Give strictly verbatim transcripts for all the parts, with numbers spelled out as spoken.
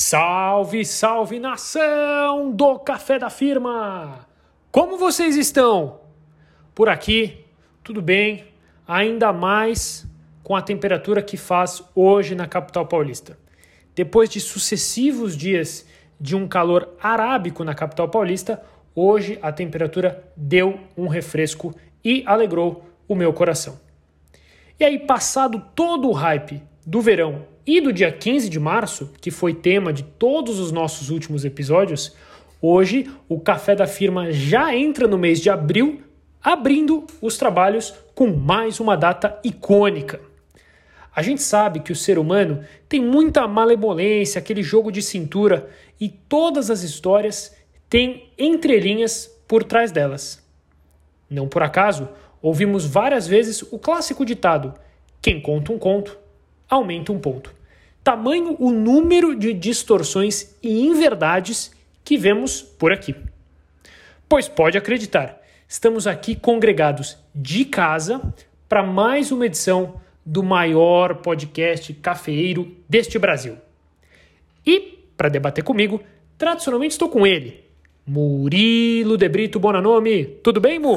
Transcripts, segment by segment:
Salve, salve nação do Café da Firma! Como vocês estão? Por aqui, tudo bem, ainda mais com a temperatura que faz hoje na capital paulista. Depois de sucessivos dias de um calor arábico na capital paulista, hoje a temperatura deu um refresco e alegrou o meu coração. E aí, passado todo o hype do verão e do dia quinze de março, que foi tema de todos os nossos últimos episódios, hoje o Café da Firma já entra no mês de abril, abrindo os trabalhos com mais uma data icônica. A gente sabe que o ser humano tem muita malemolência, aquele jogo de cintura, e todas as histórias têm entrelinhas por trás delas. Não por acaso, ouvimos várias vezes o clássico ditado: quem conta um conto, aumenta um ponto. Tamanho o número de distorções e inverdades que vemos por aqui. Pois pode acreditar, estamos aqui congregados de casa para mais uma edição do maior podcast cafeeiro deste Brasil. E, para debater comigo, tradicionalmente estou com ele, Murilo de Brito Bonanome. Tudo bem, Mu?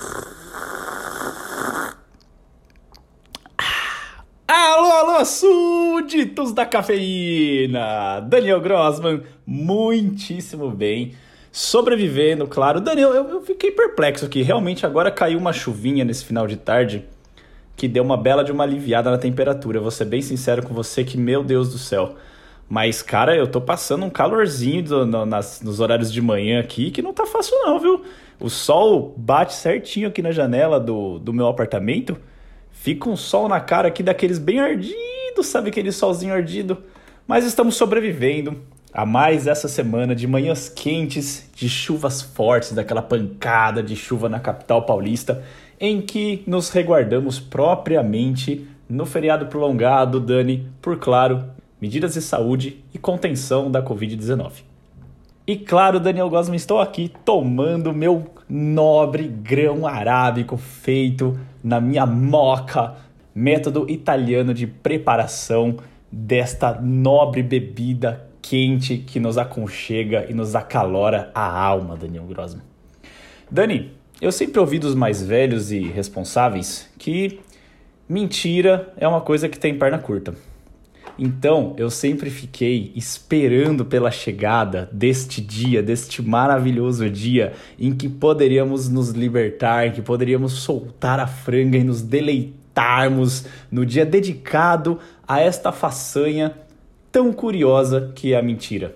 Alô, alô, súditos da cafeína! Daniel Grossman, muitíssimo bem. Sobrevivendo, claro. Daniel, eu, eu fiquei perplexo aqui. Realmente agora caiu uma chuvinha nesse final de tarde que deu uma bela de uma aliviada na temperatura. Vou ser bem sincero com você que, meu Deus do céu. Mas, cara, eu tô passando um calorzinho do, no, nas, nos horários de manhã aqui que não tá fácil não, viu? O sol bate certinho aqui na janela do, do meu apartamento. Fica um sol na cara aqui daqueles bem ardidos, sabe aquele solzinho ardido? Mas estamos sobrevivendo a mais essa semana de manhãs quentes, de chuvas fortes, daquela pancada de chuva na capital paulista, em que nos resguardamos propriamente no feriado prolongado, Dani, por, claro, medidas de saúde e contenção da covid dezenove. E claro, Daniel Gosman, estou aqui tomando meu nobre grão arábico feito na minha moca, método italiano de preparação desta nobre bebida quente que nos aconchega e nos acalora a alma, Daniel Grossman. Dani, eu sempre ouvi dos mais velhos e responsáveis que mentira é uma coisa que tem perna curta. Então, eu sempre fiquei esperando pela chegada deste dia, deste maravilhoso dia em que poderíamos nos libertar, em que poderíamos soltar a franga e nos deleitarmos no dia dedicado a esta façanha tão curiosa que é a mentira.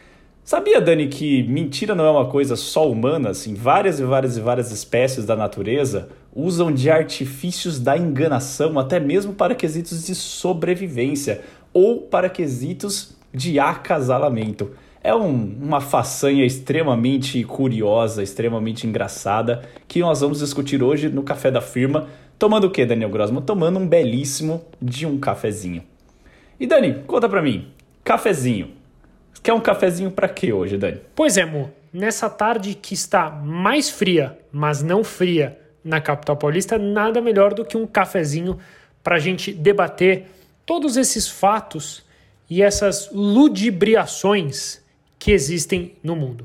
Sabia, Dani, que mentira não é uma coisa só humana? Assim, várias e várias e várias espécies da natureza usam de artifícios da enganação até mesmo para quesitos de sobrevivência ou para quesitos de acasalamento. É um, uma façanha extremamente curiosa, extremamente engraçada, que nós vamos discutir hoje no Café da Firma. Tomando o quê, Daniel Grossman? Tomando um belíssimo de um cafezinho. E Dani, conta pra mim, cafezinho. Quer um cafezinho pra quê hoje, Dani? Pois é, Mu, nessa tarde que está mais fria, mas não fria, na capital paulista, nada melhor do que um cafezinho pra gente debater todos esses fatos e essas ludibriações que existem no mundo.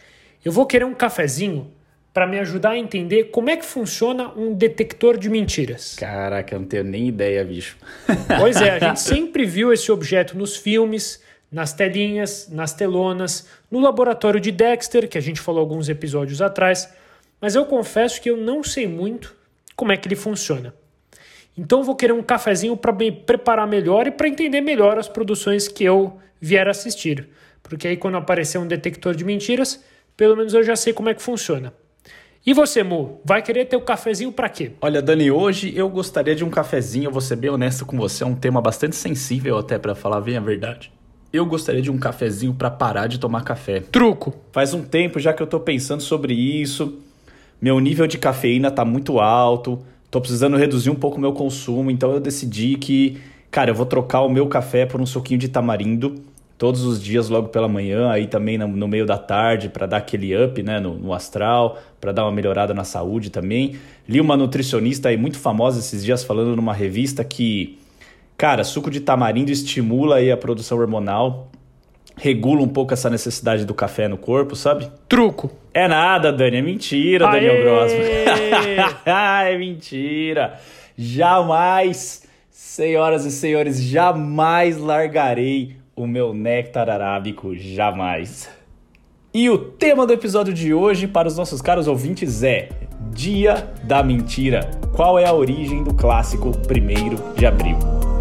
Eu vou querer um cafezinho para me ajudar a entender como é que funciona um detector de mentiras. Caraca, eu não tenho nem ideia, bicho. Pois é, a gente sempre viu esse objeto nos filmes, nas telinhas, nas telonas, no laboratório de Dexter, que a gente falou alguns episódios atrás, mas eu confesso que eu não sei muito como é que ele funciona. Então eu vou querer um cafezinho para me preparar melhor e para entender melhor as produções que eu vier assistir. Porque aí quando aparecer um detector de mentiras, pelo menos eu já sei como é que funciona. E você, Mu, vai querer ter o cafezinho para quê? Olha, Dani, hoje eu gostaria de um cafezinho, eu vou ser bem honesto com você, é um tema bastante sensível até para falar bem a verdade. Eu gostaria de um cafezinho para parar de tomar café. Truco! Faz um tempo já que eu tô pensando sobre isso, meu nível de cafeína tá muito alto, tô precisando reduzir um pouco o meu consumo, então eu decidi que, cara, eu vou trocar o meu café por um suquinho de tamarindo todos os dias logo pela manhã, aí também no, no meio da tarde para dar aquele up, né, no, no astral, para dar uma melhorada na saúde também. Li uma nutricionista aí muito famosa esses dias falando numa revista que, cara, suco de tamarindo estimula aí a produção hormonal regula um pouco essa necessidade do café no corpo, sabe? Truco. É nada, Dani, é mentira, Aê! Daniel Grossman. É mentira. Jamais, senhoras e senhores, jamais largarei o meu néctar arábico, jamais. E o tema do episódio de hoje para os nossos caros ouvintes é Dia da Mentira. Qual é a origem do clássico primeiro de abril?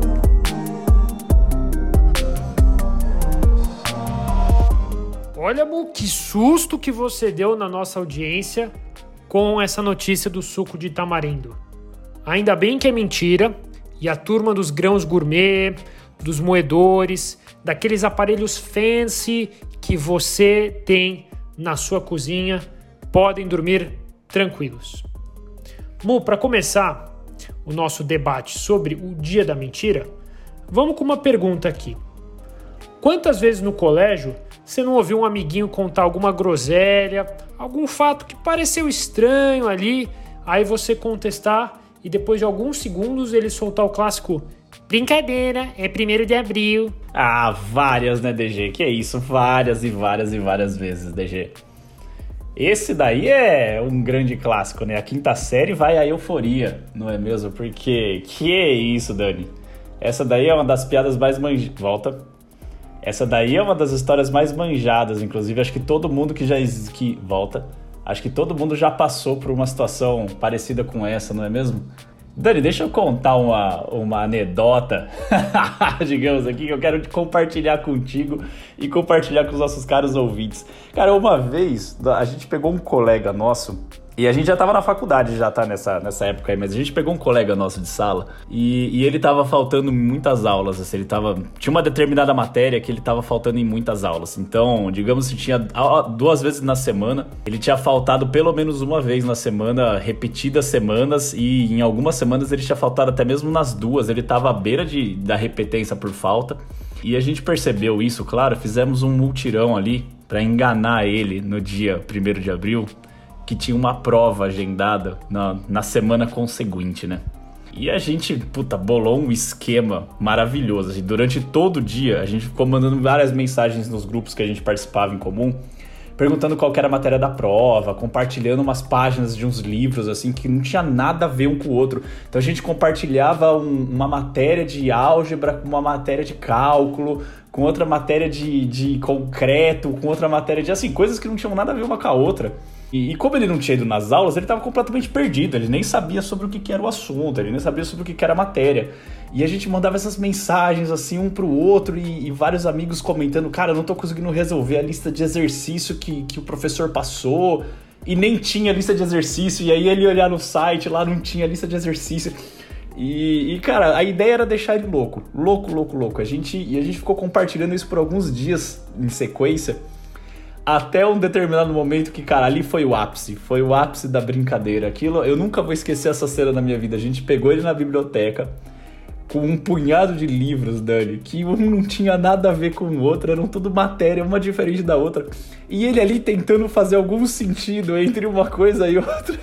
Olha, Mu, que susto que você deu na nossa audiência com essa notícia do suco de tamarindo. Ainda bem que é mentira e a turma dos grãos gourmet, dos moedores, daqueles aparelhos fancy que você tem na sua cozinha, podem dormir tranquilos. Mu, para começar o nosso debate sobre o Dia da Mentira, vamos com uma pergunta aqui. Quantas vezes no colégio você não ouviu um amiguinho contar alguma groselha, algum fato que pareceu estranho ali, aí você contestar e depois de alguns segundos ele soltar o clássico brincadeira, é primeiro de abril. Ah, várias, né, D G? Que é isso? Várias e várias e várias vezes, D G. Esse daí é um grande clássico, né? A quinta série vai à euforia, não é mesmo? Porque, que é isso, Dani? Essa daí é uma das piadas mais manjadas. Volta. Essa daí é uma das histórias mais manjadas, inclusive. Acho que todo mundo que já... Que... Volta. Acho que todo mundo já passou por uma situação parecida com essa, não é mesmo? Dani, deixa eu contar uma, uma anedota, digamos aqui, que eu quero compartilhar contigo e compartilhar com os nossos caros ouvintes. Cara, uma vez a gente pegou um colega nosso, e a gente já tava na faculdade, já tá nessa, nessa época aí, mas a gente pegou um colega nosso de sala e, e ele tava faltando muitas aulas, assim, ele tava... Tinha uma determinada matéria que ele tava faltando em muitas aulas, então, digamos que tinha duas vezes na semana, ele tinha faltado pelo menos uma vez na semana, repetidas semanas, e em algumas semanas ele tinha faltado até mesmo nas duas, ele tava à beira de, da repetência por falta, e a gente percebeu isso, claro, fizemos um multirão ali pra enganar ele no dia primeiro de abril, que tinha uma prova agendada na, na semana conseguinte, né? E a gente, puta, bolou um esquema maravilhoso. Assim, durante todo o dia, a gente ficou mandando várias mensagens nos grupos que a gente participava em comum, perguntando qual que era a matéria da prova, compartilhando umas páginas de uns livros, assim, que não tinha nada a ver um com o outro. Então a gente compartilhava um, uma matéria de álgebra com uma matéria de cálculo, com outra matéria de, de concreto, com outra matéria de, assim, coisas que não tinham nada a ver uma com a outra. E, e como ele não tinha ido nas aulas, ele estava completamente perdido, ele nem sabia sobre o que, que era o assunto, ele nem sabia sobre o que, que era a matéria. E a gente mandava essas mensagens assim um pro outro e, e vários amigos comentando, cara, eu não tô conseguindo resolver a lista de exercício que, que o professor passou, e nem tinha lista de exercício, e aí ele olhar no site, lá não tinha lista de exercício. E, e cara, a ideia era deixar ele louco, louco, louco, louco. A gente, e a gente ficou compartilhando isso por alguns dias em sequência, até um determinado momento que, cara, ali foi o ápice, foi o ápice da brincadeira. Aquilo, eu nunca vou esquecer essa cena na minha vida. A gente pegou ele na biblioteca com um punhado de livros, Dani, que um não tinha nada a ver com o outro, eram tudo matéria, uma diferente da outra. E ele ali tentando fazer algum sentido entre uma coisa e outra.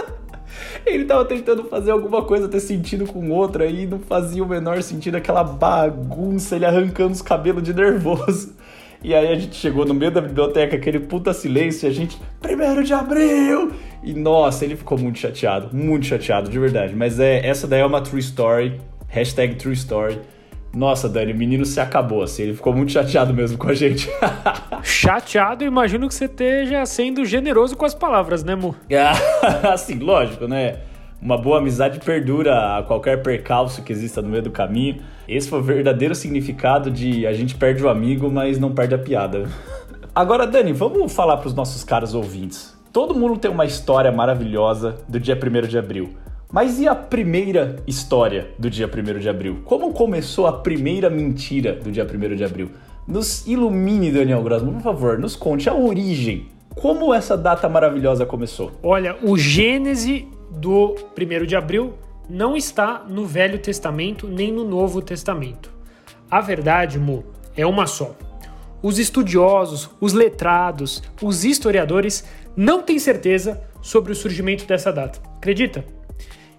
Ele tava tentando fazer alguma coisa ter sentido com outra e não fazia o menor sentido, aquela bagunça, ele arrancando os cabelos de nervoso. E aí a gente chegou no meio da biblioteca, aquele puta silêncio, e a gente, primeiro de abril! E nossa, ele ficou muito chateado, muito chateado, de verdade. Mas é, essa daí é uma true story, hashtag true story. Nossa, Dani, o menino se acabou, assim, ele ficou muito chateado mesmo com a gente. Chateado, imagino que você esteja sendo generoso com as palavras, né, Mu? Assim, lógico, né? Uma boa amizade perdura a qualquer percalço que exista no meio do caminho. Esse foi o verdadeiro significado de a gente perde o amigo, mas não perde a piada. Agora, Dani, vamos falar para os nossos caros ouvintes. Todo mundo tem uma história maravilhosa do dia primeiro de abril. Mas e a primeira história do dia primeiro de abril? Como começou a primeira mentira do dia primeiro de abril? Nos ilumine, Daniel Grossman, por favor, nos conte a origem. Como essa data maravilhosa começou? Olha, o gênese do primeiro de abril não está no Velho Testamento nem no Novo Testamento. A verdade, Mu, é uma só. Os estudiosos, os letrados, os historiadores não têm certeza sobre o surgimento dessa data. Acredita?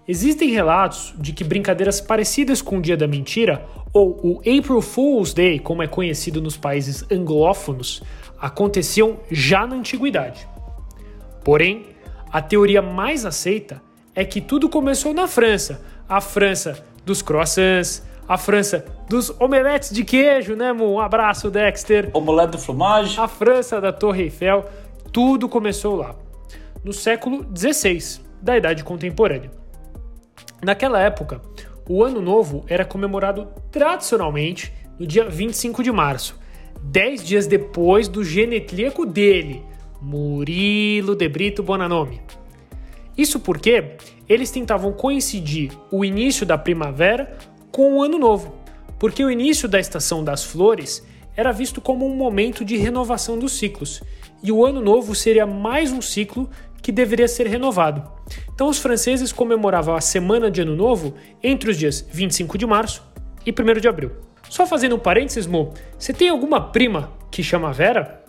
Existem relatos de que brincadeiras parecidas com o Dia da Mentira, ou o April Fool's Day, como é conhecido nos países anglófonos, aconteciam já na antiguidade. Porém, a teoria mais aceita é que tudo começou na França. A França dos croissants, a França dos omeletes de queijo, né, Mu? Um abraço, Dexter. Omelete de fromage. A França da Torre Eiffel, tudo começou lá, no século dezesseis, da Idade Contemporânea. Naquela época, o Ano Novo era comemorado tradicionalmente no dia vinte e cinco de março, dez dias depois do genetlíaco dele, Murilo de Brito Bonanome. Isso porque eles tentavam coincidir o início da primavera com o Ano Novo, porque o início da estação das flores era visto como um momento de renovação dos ciclos, e o Ano Novo seria mais um ciclo que deveria ser renovado. Então os franceses comemoravam a semana de Ano Novo entre os dias vinte e cinco de março e primeiro de abril. Só fazendo um parênteses, Mo, você tem alguma prima que chama Vera?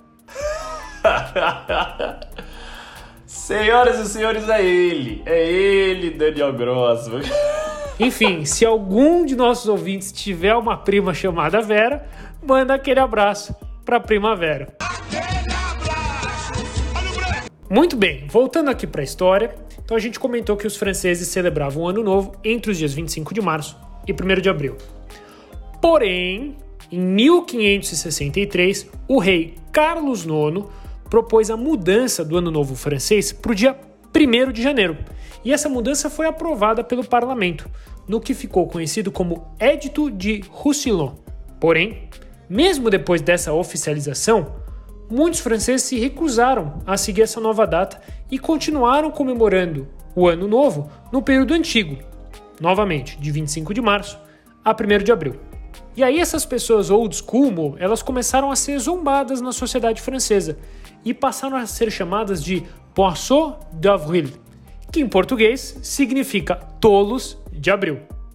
Senhoras e senhores, é ele. É ele, Daniel Grossman. Enfim, se algum de nossos ouvintes tiver uma prima chamada Vera, manda aquele abraço para a prima Vera. Muito bem, voltando aqui para a história, então a gente comentou que os franceses celebravam o Ano Novo entre os dias vinte e cinco de março e primeiro de abril. Porém, em mil quinhentos e sessenta e três, o rei Carlos nono propôs a mudança do Ano Novo francês para o dia primeiro de janeiro. E essa mudança foi aprovada pelo parlamento, no que ficou conhecido como Edito de Roussillon. Porém, mesmo depois dessa oficialização, muitos franceses se recusaram a seguir essa nova data e continuaram comemorando o Ano Novo no período antigo, novamente de vinte e cinco de março a primeiro de abril. E aí essas pessoas old school, elas começaram a ser zombadas na sociedade francesa e passaram a ser chamadas de Poisson d'Avril, que em português significa tolos de abril.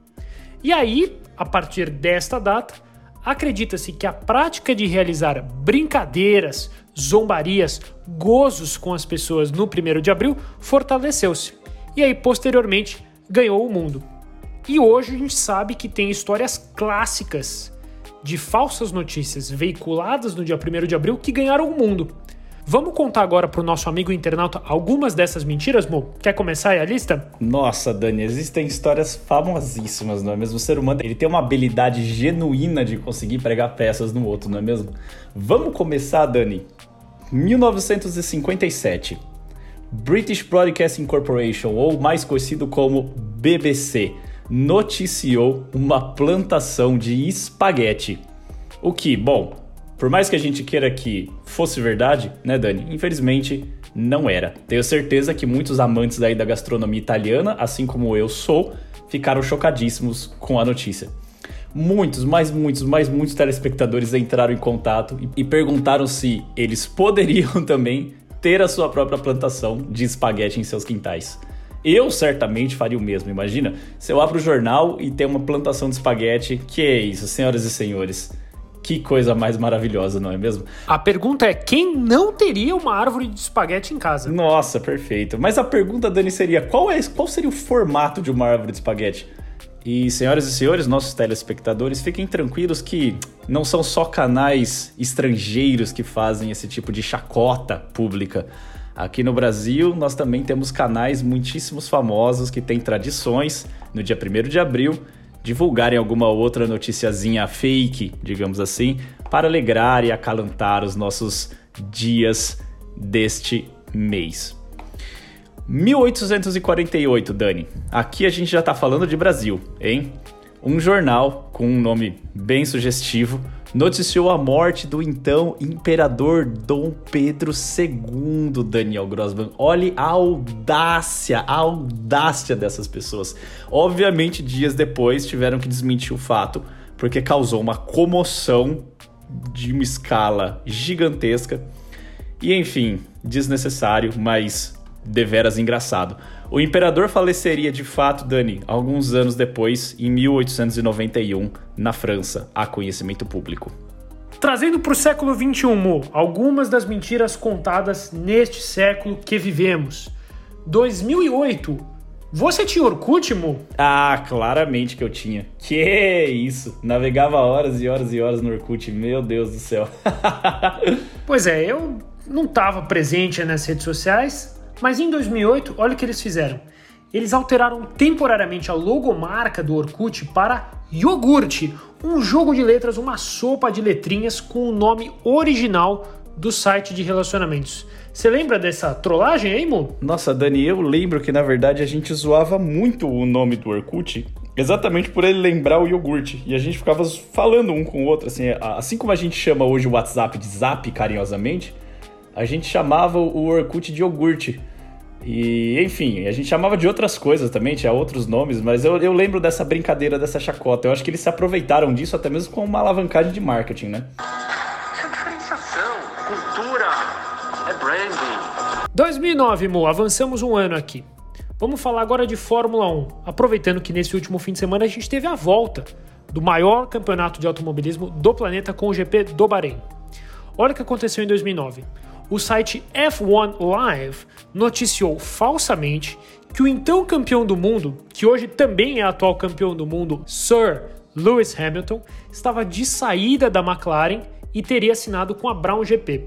E aí, a partir desta data, acredita-se que a prática de realizar brincadeiras, zombarias, gozos com as pessoas no primeiro de abril fortaleceu-se. E aí, posteriormente, ganhou o mundo. E hoje a gente sabe que tem histórias clássicas de falsas notícias veiculadas no dia primeiro de abril que ganharam o mundo. Vamos contar agora para o nosso amigo internauta algumas dessas mentiras, Mo? Quer começar aí a lista? Nossa, Dani, existem histórias famosíssimas, não é mesmo? O ser humano, ele tem uma habilidade genuína de conseguir pregar peças no outro, não é mesmo? Vamos começar, Dani. mil novecentos e cinquenta e sete. British Broadcasting Corporation, ou mais conhecido como B B C, noticiou uma plantação de espaguete. O que, bom, por mais que a gente queira que fosse verdade, né, Dani? Infelizmente, não era. Tenho certeza que muitos amantes aí da gastronomia italiana, assim como eu sou, ficaram chocadíssimos com a notícia. Muitos, mais muitos, mais muitos telespectadores entraram em contato e, e perguntaram se eles poderiam também ter a sua própria plantação de espaguete em seus quintais. Eu certamente faria o mesmo, imagina? Se eu abro o jornal e tem uma plantação de espaguete, que é isso, senhoras e senhores? Que coisa mais maravilhosa, não é mesmo? A pergunta é, quem não teria uma árvore de espaguete em casa? Nossa, perfeito. Mas a pergunta, Dani, seria, qual, é, qual seria o formato de uma árvore de espaguete? E, senhoras e senhores, nossos telespectadores, fiquem tranquilos que não são só canais estrangeiros que fazem esse tipo de chacota pública. Aqui no Brasil, nós também temos canais muitíssimos famosos que têm tradições, no dia primeiro de abril, divulgarem alguma outra noticiazinha fake, digamos assim, para alegrar e acalentar os nossos dias deste mês. mil oitocentos e quarenta e oito, Dani. Aqui a gente já tá falando de Brasil, hein? Um jornal com um nome bem sugestivo noticiou a morte do então imperador Dom Pedro segundo, Daniel Grossman. Olhe a audácia, a audácia dessas pessoas. Obviamente, dias depois tiveram que desmentir o fato, porque causou uma comoção de uma escala gigantesca. E enfim, desnecessário, mas deveras engraçado. O imperador faleceria de fato, Dani, alguns anos depois, em mil oitocentos e noventa e um, na França, a conhecimento público. Trazendo para o século vinte e um, Mo, algumas das mentiras contadas neste século que vivemos. dois mil e oito, Você tinha Orkut, Mu? Ah, claramente que eu tinha. Que isso, navegava horas e horas e horas no Orkut, meu Deus do céu. Pois é, eu não estava presente nas redes sociais, mas em dois mil e oito, olha o que eles fizeram. Eles alteraram temporariamente a logomarca do Orkut para Iogurte, um jogo de letras, uma sopa de letrinhas com o nome original do site de relacionamentos. Você lembra dessa trollagem aí, Mo? Nossa, Dani, eu lembro que na verdade a gente zoava muito o nome do Orkut, exatamente por ele lembrar o iogurte. E a gente ficava falando um com o outro, assim, assim como a gente chama hoje o WhatsApp de Zap carinhosamente, a gente chamava o Orkut de iogurte. E, enfim, a gente chamava de outras coisas também, tinha outros nomes, mas eu, eu lembro dessa brincadeira, dessa chacota. Eu acho que eles se aproveitaram disso até mesmo com uma alavancagem de marketing, né? Isso é diferenciação, cultura, é branding. dois mil e nove, Mo, avançamos um ano aqui. Vamos falar agora de Fórmula um, aproveitando que nesse último fim de semana a gente teve a volta do maior campeonato de automobilismo do planeta com o G P do Bahrein. Olha o que aconteceu em dois mil e nove. O site F um Live noticiou falsamente que o então campeão do mundo, que hoje também é atual campeão do mundo, Sir Lewis Hamilton, estava de saída da McLaren e teria assinado com a Brown G P.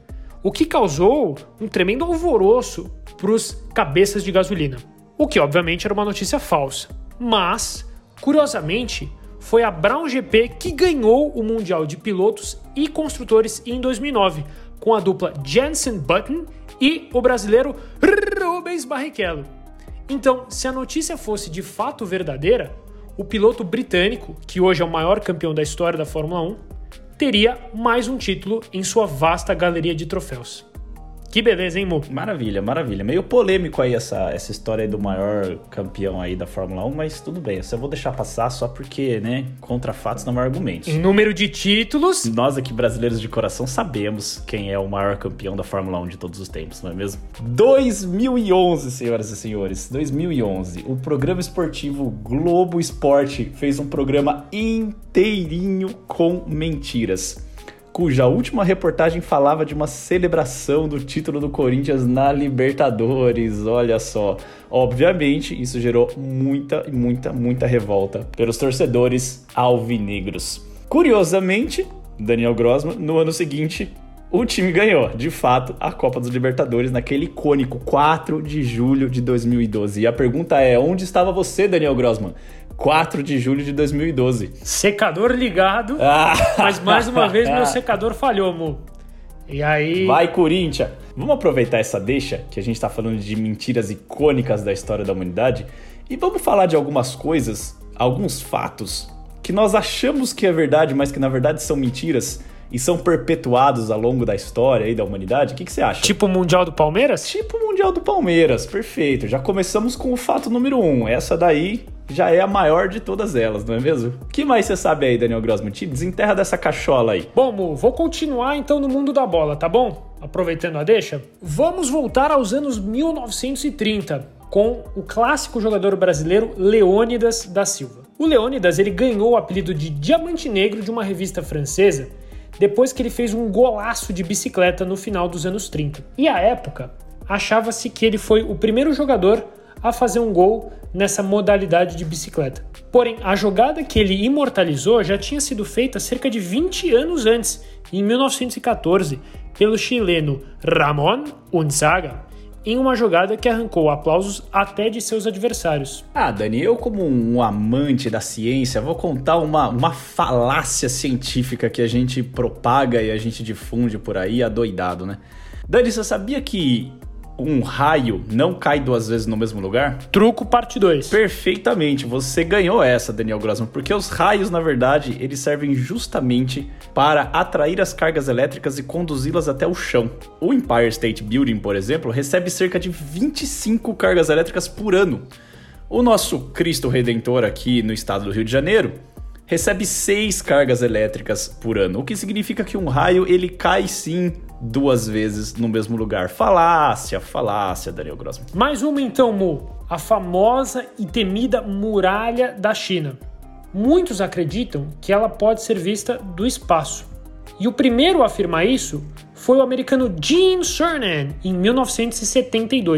O que causou um tremendo alvoroço para os cabeças de gasolina. O que obviamente era uma notícia falsa. Mas, curiosamente, foi a Brown G P que ganhou o Mundial de Pilotos e Construtores em dois mil e nove, com a dupla Jenson Button e o brasileiro Rubens Barrichello. Então, se a notícia fosse de fato verdadeira, o piloto britânico, que hoje é o maior campeão da história da Fórmula um, teria mais um título em sua vasta galeria de troféus. Que beleza, hein, Mo? Maravilha, maravilha. Meio polêmico aí essa, essa história aí do maior campeão aí da Fórmula um, mas tudo bem. Essa eu vou deixar passar só porque, né, contra fatos não há argumentos. Em número de títulos... Nós aqui, brasileiros de coração, sabemos quem é o maior campeão da Fórmula um de todos os tempos, não é mesmo? dois mil e onze, senhoras e senhores. dois mil e onze. O programa esportivo Globo Esporte fez um programa inteirinho com mentiras, cuja última reportagem falava de uma celebração do título do Corinthians na Libertadores, olha só. Obviamente, isso gerou muita, muita, muita revolta pelos torcedores alvinegros. Curiosamente, Daniel Grossman, no ano seguinte, o time ganhou, de fato, a Copa dos Libertadores naquele icônico quatro de julho de dois mil e doze. E a pergunta é, onde estava você, Daniel Grossman? quatro de julho de dois mil e doze. Secador ligado, ah. Mas mais uma vez meu secador falhou, Mo. E aí... Vai, Corinthians! Vamos aproveitar essa deixa, que a gente tá falando de mentiras icônicas da história da humanidade, e vamos falar de algumas coisas, alguns fatos, que nós achamos que é verdade, mas que na verdade são mentiras, e são perpetuados ao longo da história aí da humanidade. O que, que você acha? Tipo o Mundial do Palmeiras? Tipo o Mundial do Palmeiras, perfeito. Já começamos com o fato número um. Essa daí já é a maior de todas elas, não é mesmo? O que mais você sabe aí, Daniel Grossman? Te desenterra dessa cachola aí. Bom, Mu, vou continuar então no mundo da bola, tá bom? Aproveitando a deixa. Vamos voltar aos anos mil novecentos e trinta, com o clássico jogador brasileiro Leônidas da Silva. O Leônidas, ele ganhou o apelido de Diamante Negro de uma revista francesa depois que ele fez um golaço de bicicleta no final dos anos trinta. E à época, achava-se que ele foi o primeiro jogador a fazer um gol nessa modalidade de bicicleta. Porém, a jogada que ele imortalizou já tinha sido feita cerca de vinte anos antes, em mil novecentos e catorze, pelo chileno Ramón Unzaga, em uma jogada que arrancou aplausos até de seus adversários. Ah, Dani, eu como um amante da ciência, vou contar uma, uma falácia científica que a gente propaga e a gente difunde por aí, adoidado, né? Dani, você sabia que um raio não cai duas vezes no mesmo lugar? Truco parte dois. Perfeitamente, você ganhou essa, Daniel Grossman, porque os raios, na verdade, eles servem justamente para atrair as cargas elétricas e conduzi-las até o chão. O Empire State Building, por exemplo, recebe cerca de vinte e cinco cargas elétricas por ano. O nosso Cristo Redentor aqui no estado do Rio de Janeiro recebe seis cargas elétricas por ano, o que significa que um raio ele cai sim duas vezes no mesmo lugar. Falácia, falácia, Daniel Grossman. Mais uma então, Mu. A famosa e temida Muralha da China. Muitos acreditam que ela pode ser vista do espaço. E o primeiro a afirmar isso foi o americano Gene Cernan, em mil novecentos e setenta e dois.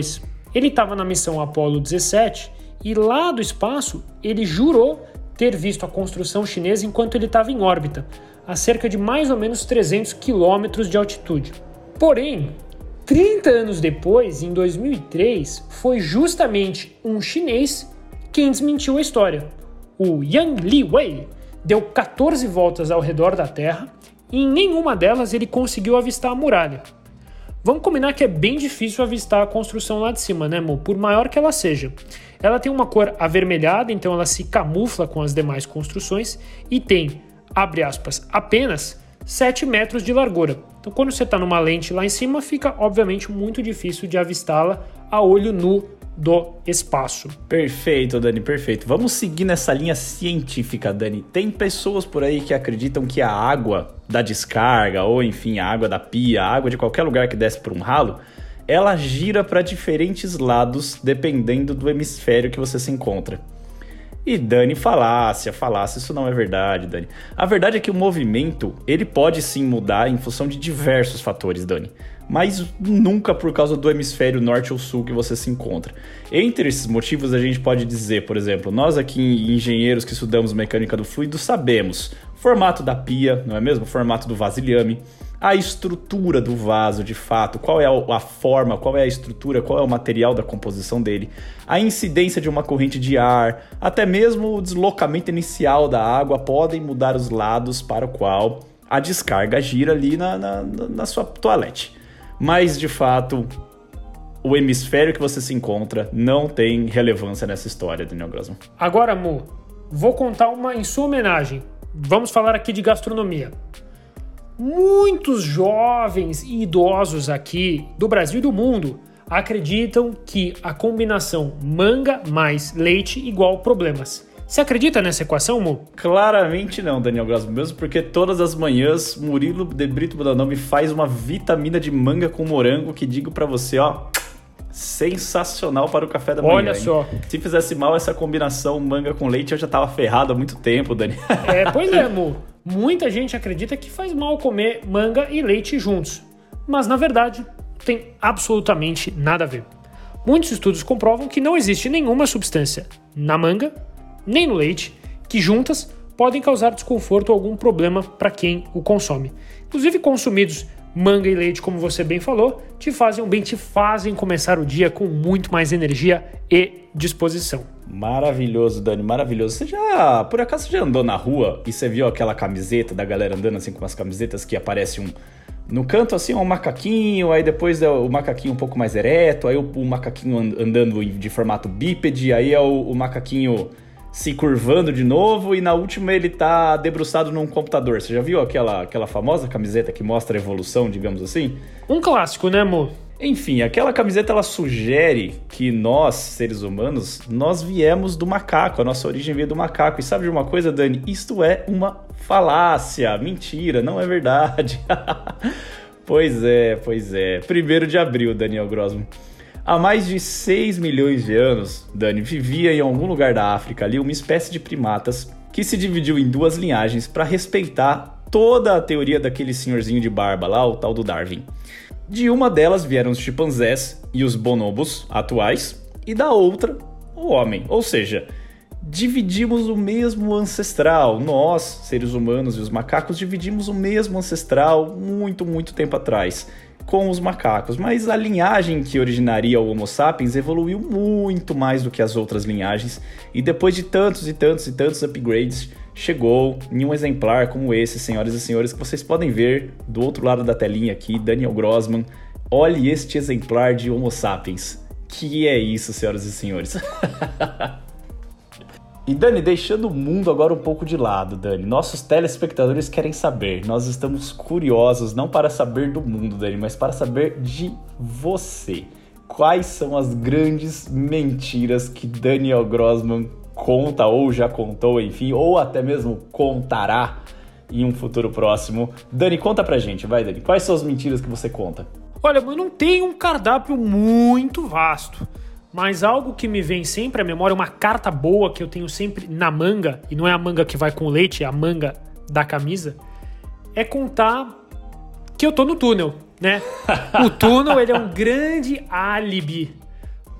Ele estava na missão Apollo dezessete e lá do espaço ele jurou ter visto a construção chinesa enquanto ele estava em órbita, a cerca de mais ou menos trezentos quilômetros de altitude. Porém, trinta anos depois, em dois mil e três, foi justamente um chinês quem desmentiu a história. O Yang Liwei deu quatorze voltas ao redor da Terra e em nenhuma delas ele conseguiu avistar a muralha. Vamos combinar que é bem difícil avistar a construção lá de cima, né, Mo? Por maior que ela seja. Ela tem uma cor avermelhada, então ela se camufla com as demais construções e tem, abre aspas, apenas sete metros de largura. Então quando você está numa lente lá em cima, fica obviamente muito difícil de avistá-la a olho nu do espaço. Perfeito, Dani, perfeito. Vamos seguir nessa linha científica, Dani. Tem pessoas por aí que acreditam que a água da descarga, ou enfim, a água da pia, a água de qualquer lugar que desce por um ralo, ela gira para diferentes lados dependendo do hemisfério que você se encontra. E Dani, falácia, falácia, isso não é verdade, Dani. A verdade é que o movimento, ele pode sim mudar em função de diversos fatores, Dani. Mas nunca por causa do hemisfério norte ou sul que você se encontra. Entre esses motivos, a gente pode dizer, por exemplo, nós aqui engenheiros que estudamos mecânica do fluido sabemos o formato da pia, não é mesmo? O formato do vasilhame, a estrutura do vaso, de fato, qual é a forma, qual é a estrutura, qual é o material da composição dele, a incidência de uma corrente de ar, até mesmo o deslocamento inicial da água podem mudar os lados para o qual a descarga gira ali na, na, na sua toalete. Mas, de fato, o hemisfério que você se encontra não tem relevância nessa história, Daniel Grossman. Agora, Mu, vou contar uma em sua homenagem. Vamos falar aqui de gastronomia. Muitos jovens e idosos aqui do Brasil e do mundo acreditam que a combinação manga mais leite igual problemas. Você acredita nessa equação, Mu? Claramente não, Daniel Grossman, mesmo porque todas as manhãs Murilo de Brito Budanão faz uma vitamina de manga com morango que digo pra você, ó, sensacional para o café da manhã. Olha só. Hein? Se fizesse mal essa combinação manga com leite, eu já tava ferrado há muito tempo, Dani. É, pois é, Mu. Muita gente acredita que faz mal comer manga e leite juntos, mas na verdade tem absolutamente nada a ver. Muitos estudos comprovam que não existe nenhuma substância na manga nem no leite que juntas podem causar desconforto ou algum problema para quem o consome. Inclusive consumidos manga e leite, como você bem falou, te fazem bem, te fazem começar o dia com muito mais energia e disposição. Maravilhoso, Dani, maravilhoso. Você já, por acaso, você já andou na rua e você viu aquela camiseta da galera andando assim com umas camisetas que aparece um... No canto assim um macaquinho, aí depois é o macaquinho um pouco mais ereto, aí o, o macaquinho andando de formato bípede, aí é o, o macaquinho se curvando de novo e na última ele tá debruçado num computador. Você já viu aquela, aquela famosa camiseta que mostra a evolução, digamos assim? Um clássico, né, amor? Enfim, aquela camiseta ela sugere que nós, seres humanos, nós viemos do macaco, a nossa origem veio do macaco. E sabe de uma coisa, Dani? Isto é uma falácia, mentira, não é verdade. Pois é, pois é. primeiro de abril, Daniel Grossman. Há mais de seis milhões de anos, Dani, vivia em algum lugar da África ali uma espécie de primatas que se dividiu em duas linhagens para respeitar toda a teoria daquele senhorzinho de barba lá, o tal do Darwin. De uma delas vieram os chimpanzés e os bonobos atuais, e da outra, o homem. Ou seja, dividimos o mesmo ancestral. Nós, seres humanos e os macacos, dividimos o mesmo ancestral muito, muito tempo atrás com os macacos. Mas a linhagem que originaria o Homo sapiens evoluiu muito mais do que as outras linhagens, e depois de tantos e tantos e tantos upgrades, chegou em um exemplar como esse, senhoras e senhores, que vocês podem ver do outro lado da telinha aqui, Daniel Grossman. Olhe este exemplar de Homo sapiens. Que é isso, senhoras e senhores. E Dani, deixando o mundo agora um pouco de lado, Dani, nossos telespectadores querem saber, nós estamos curiosos não para saber do mundo, Dani, mas para saber de você. Quais são as grandes mentiras que Daniel Grossman conta ou já contou, enfim, ou até mesmo contará em um futuro próximo? Dani, conta pra gente, vai, Dani. Quais são as mentiras que você conta? Olha, eu não tenho um cardápio muito vasto, mas algo que me vem sempre à memória, uma carta boa que eu tenho sempre na manga, e não é a manga que vai com leite, é a manga da camisa, é contar que eu tô no túnel, né? O túnel, ele é um grande álibi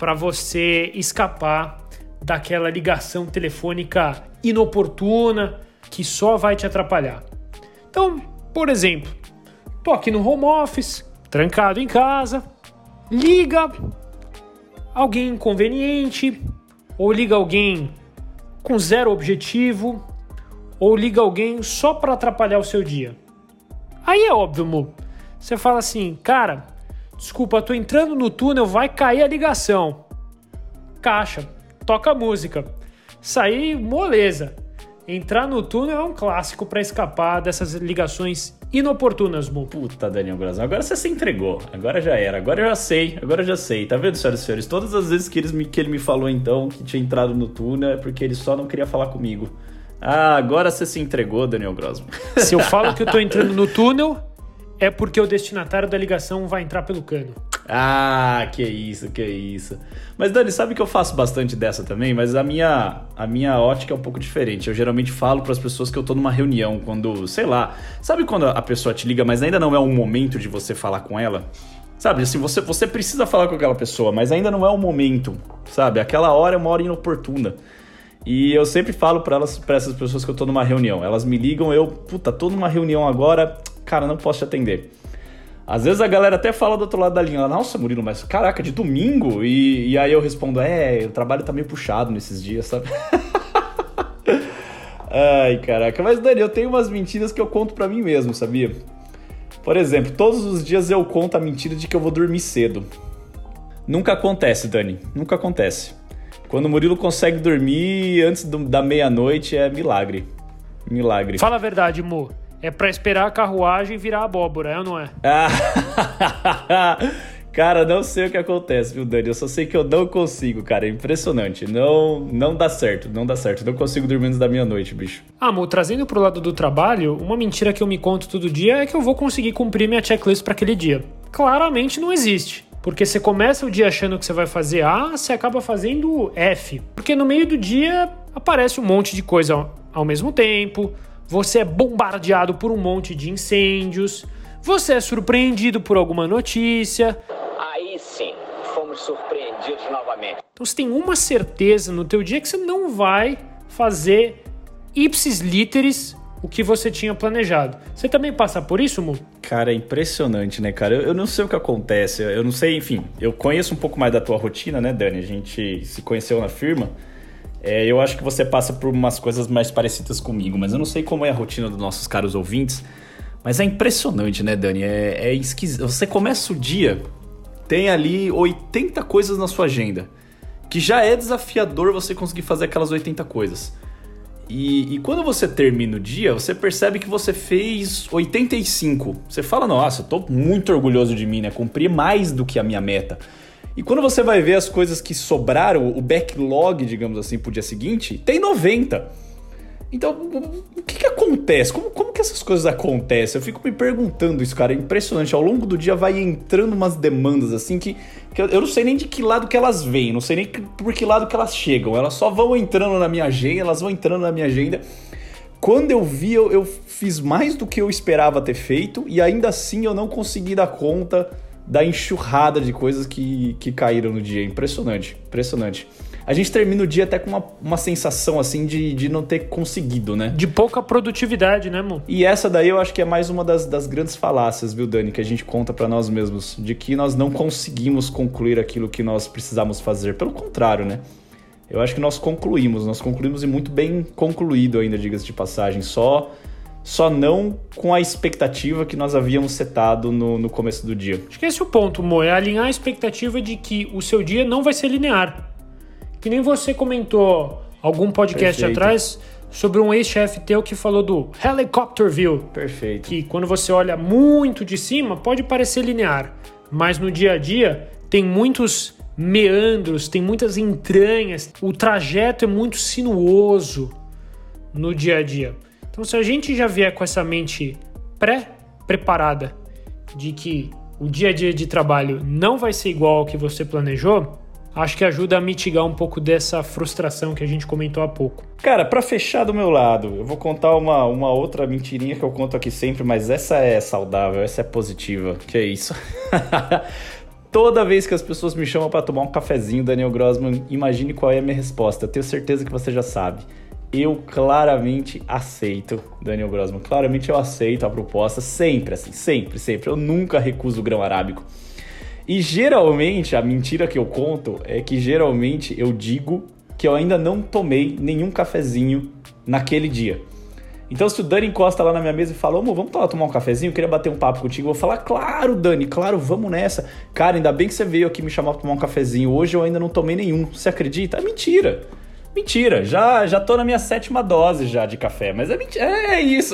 para você escapar daquela ligação telefônica inoportuna que só vai te atrapalhar. Então, por exemplo, tô aqui no home office, trancado em casa, liga alguém inconveniente, ou liga alguém com zero objetivo, ou liga alguém só para atrapalhar o seu dia. Aí é óbvio, Mo. Você fala assim, cara, desculpa, tô entrando no túnel, vai cair a ligação. Caixa, toca música. Sair, moleza. Entrar no túnel é um clássico para escapar dessas ligações inoportunas, Mo. Puta, Daniel Grossman, agora você se entregou. Agora já era, agora eu já sei, agora eu já sei. Tá vendo, senhoras e senhores? Todas as vezes que ele, me, que ele me falou, então, que tinha entrado no túnel, é porque ele só não queria falar comigo. Ah, agora você se entregou, Daniel Grossman. Se eu falo que eu tô entrando no túnel, é porque o destinatário da ligação vai entrar pelo cano. Ah, que isso, que isso. Mas, Dani, sabe que eu faço bastante dessa também? Mas a minha, a minha ótica é um pouco diferente. Eu geralmente falo para as pessoas que eu tô numa reunião, quando, sei lá... Sabe quando a pessoa te liga, mas ainda não é o momento de você falar com ela? Sabe, assim, você, você precisa falar com aquela pessoa, mas ainda não é o momento, sabe? Aquela hora é uma hora inoportuna. E eu sempre falo para elas, para essas pessoas que eu tô numa reunião. Elas me ligam, eu, puta, tô numa reunião agora, cara, não posso te atender. Às vezes a galera até fala do outro lado da linha, ela, nossa, Murilo, mas caraca, de domingo? E, e aí eu respondo, é, o trabalho tá meio puxado nesses dias, sabe? Ai, caraca, mas Dani, eu tenho umas mentiras que eu conto pra mim mesmo, sabia? Por exemplo, todos os dias eu conto a mentira de que eu vou dormir cedo. Nunca acontece, Dani, nunca acontece. Quando o Murilo consegue dormir antes do, da meia-noite é milagre, milagre. Fala a verdade, Mo. É pra esperar a carruagem virar abóbora, é ou não é? Ah, cara, não sei o que acontece, viu, Dani? Eu só sei que eu não consigo, cara. É impressionante. Não, não dá certo, não dá certo. Não consigo dormir antes da meia-noite, bicho. Ah, Mo, trazendo pro lado do trabalho, uma mentira que eu me conto todo dia é que eu vou conseguir cumprir minha checklist pra aquele dia. Claramente não existe. Porque você começa o dia achando que você vai fazer A, você acaba fazendo F. Porque no meio do dia aparece um monte de coisa ao mesmo tempo... Você é bombardeado por um monte de incêndios. Você é surpreendido por alguma notícia. Aí sim, fomos surpreendidos novamente. Então você tem uma certeza no teu dia que você não vai fazer ipsis literis o que você tinha planejado. Você também passa por isso, Mu? Cara, é impressionante, né, cara? Eu, eu não sei o que acontece. Eu não sei, enfim. Eu conheço um pouco mais da tua rotina, né, Dani? A gente se conheceu na firma. É, eu acho que você passa por umas coisas mais parecidas comigo, mas eu não sei como é a rotina dos nossos caros ouvintes. Mas é impressionante, né, Dani? É, é esquisito. Você começa o dia, tem ali oitenta coisas na sua agenda, que já é desafiador você conseguir fazer aquelas oitenta coisas. E, e quando você termina o dia, você percebe que você fez oitenta e cinco. Você fala, nossa, eu tô muito orgulhoso de mim, né? Cumpri mais do que a minha meta. E quando você vai ver as coisas que sobraram, o backlog, digamos assim, pro dia seguinte, tem noventa. Então, o que que acontece? Como, como que essas coisas acontecem? Eu fico me perguntando isso, cara. É impressionante. Ao longo do dia vai entrando umas demandas, assim, que, que eu, eu não sei nem de que lado que elas vêm. Não sei nem por que lado que elas chegam. Elas só vão entrando na minha agenda, elas vão entrando na minha agenda. Quando eu vi, eu, eu fiz mais do que eu esperava ter feito. E ainda assim eu não consegui dar conta da enxurrada de coisas que, que caíram no dia. Impressionante, impressionante. A gente termina o dia até com uma, uma sensação assim de, de não ter conseguido, né? De pouca produtividade, né, amor? E essa daí eu acho que é mais uma das, das grandes falácias, viu, Dani? Que a gente conta pra nós mesmos. De que nós não conseguimos concluir aquilo que nós precisamos fazer. Pelo contrário, né? Eu acho que nós concluímos. Nós concluímos e muito bem concluído ainda, diga-se de passagem. Só... Só não com a expectativa que nós havíamos setado no, no começo do dia. Acho que esse é o ponto, Mo. É alinhar a expectativa de que o seu dia não vai ser linear. Que nem você comentou algum podcast Perfeito. atrás sobre um ex-chefe teu que falou do helicopter view. Perfeito. Que quando você olha muito de cima pode parecer linear. Mas no dia a dia tem muitos meandros, tem muitas entranhas. O trajeto é muito sinuoso no dia a dia. Então, se a gente já vier com essa mente pré-preparada de que o dia a dia de trabalho não vai ser igual ao que você planejou, acho que ajuda a mitigar um pouco dessa frustração que a gente comentou há pouco. Cara, pra fechar do meu lado, eu vou contar uma, uma outra mentirinha que eu conto aqui sempre, mas essa é saudável, essa é positiva. Que é isso? Toda vez que as pessoas me chamam para tomar um cafezinho, Daniel Grossman, imagine qual é a minha resposta. Eu tenho certeza que você já sabe. Eu claramente aceito, Daniel Grossman, claramente eu aceito a proposta, sempre assim, sempre, sempre. Eu nunca recuso o grão arábico. E geralmente, a mentira que eu conto é que geralmente eu digo que eu ainda não tomei nenhum cafezinho naquele dia. Então, se o Dani encosta lá na minha mesa e fala, amor, vamos tomar um cafezinho, eu queria bater um papo contigo, eu vou falar, claro, Dani, claro, vamos nessa. Cara, ainda bem que você veio aqui me chamar pra tomar um cafezinho, hoje eu ainda não tomei nenhum, você acredita? É mentira, mentira, já, já tô na minha sétima dose já de café, mas é mentira, é, é isso.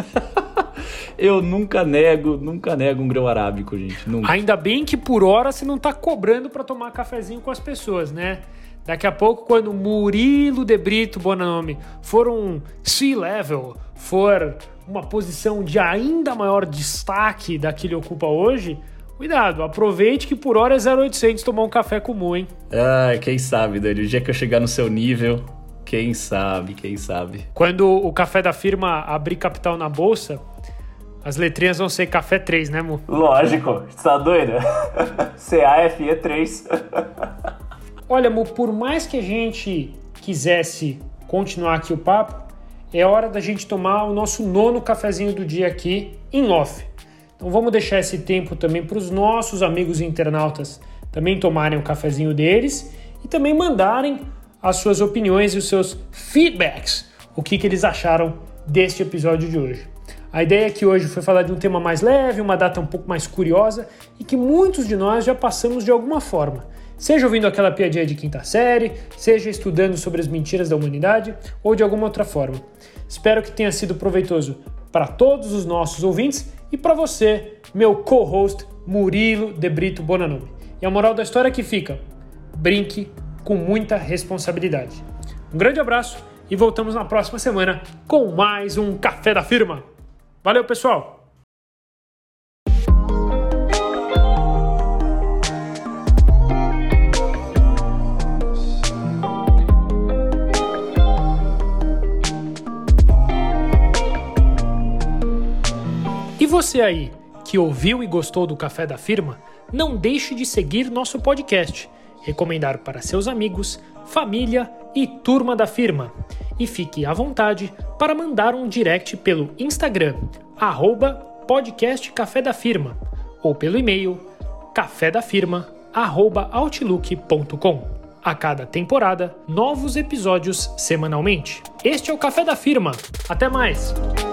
Eu nunca nego, nunca nego um grão arábico, gente, nunca. Ainda bem que por hora você não tá cobrando pra tomar cafezinho com as pessoas, né? Daqui a pouco, quando Murilo de Brito Bonanome for um C-level, for uma posição de ainda maior destaque da que ele ocupa hoje, cuidado, aproveite que por hora é zero oitocentos tomar um café comum, hein? Ah, quem sabe, Dani, o dia que eu chegar no seu nível, quem sabe, quem sabe. Quando o café da firma abrir capital na bolsa, as letrinhas vão ser café três, né, Mu? Lógico, você tá doida? C A F E três. Olha, Mu, por mais que a gente quisesse continuar aqui o papo, é hora da gente tomar o nosso nono cafezinho do dia aqui em off. Então vamos deixar esse tempo também para os nossos amigos internautas também tomarem o cafezinho deles e também mandarem as suas opiniões e os seus feedbacks, o que, que eles acharam deste episódio de hoje. A ideia aqui hoje foi falar de um tema mais leve, uma data um pouco mais curiosa e que muitos de nós já passamos de alguma forma. Seja ouvindo aquela piadinha de quinta série, seja estudando sobre as mentiras da humanidade ou de alguma outra forma. Espero que tenha sido proveitoso para todos os nossos ouvintes e para você, meu co-host Murilo de Brito Bonanome. E a moral da história é que fica, brinque com muita responsabilidade. Um grande abraço e voltamos na próxima semana com mais um Café da Firma. Valeu, pessoal! E você aí, que ouviu e gostou do Café da Firma, não deixe de seguir nosso podcast, recomendar para seus amigos, família e turma da firma. E fique à vontade para mandar um direct pelo Instagram, arroba podcast Café da Firma, ou pelo e-mail cafedafirma, arroba outlook ponto com. A cada temporada, novos episódios semanalmente. Este é o Café da Firma. Até mais!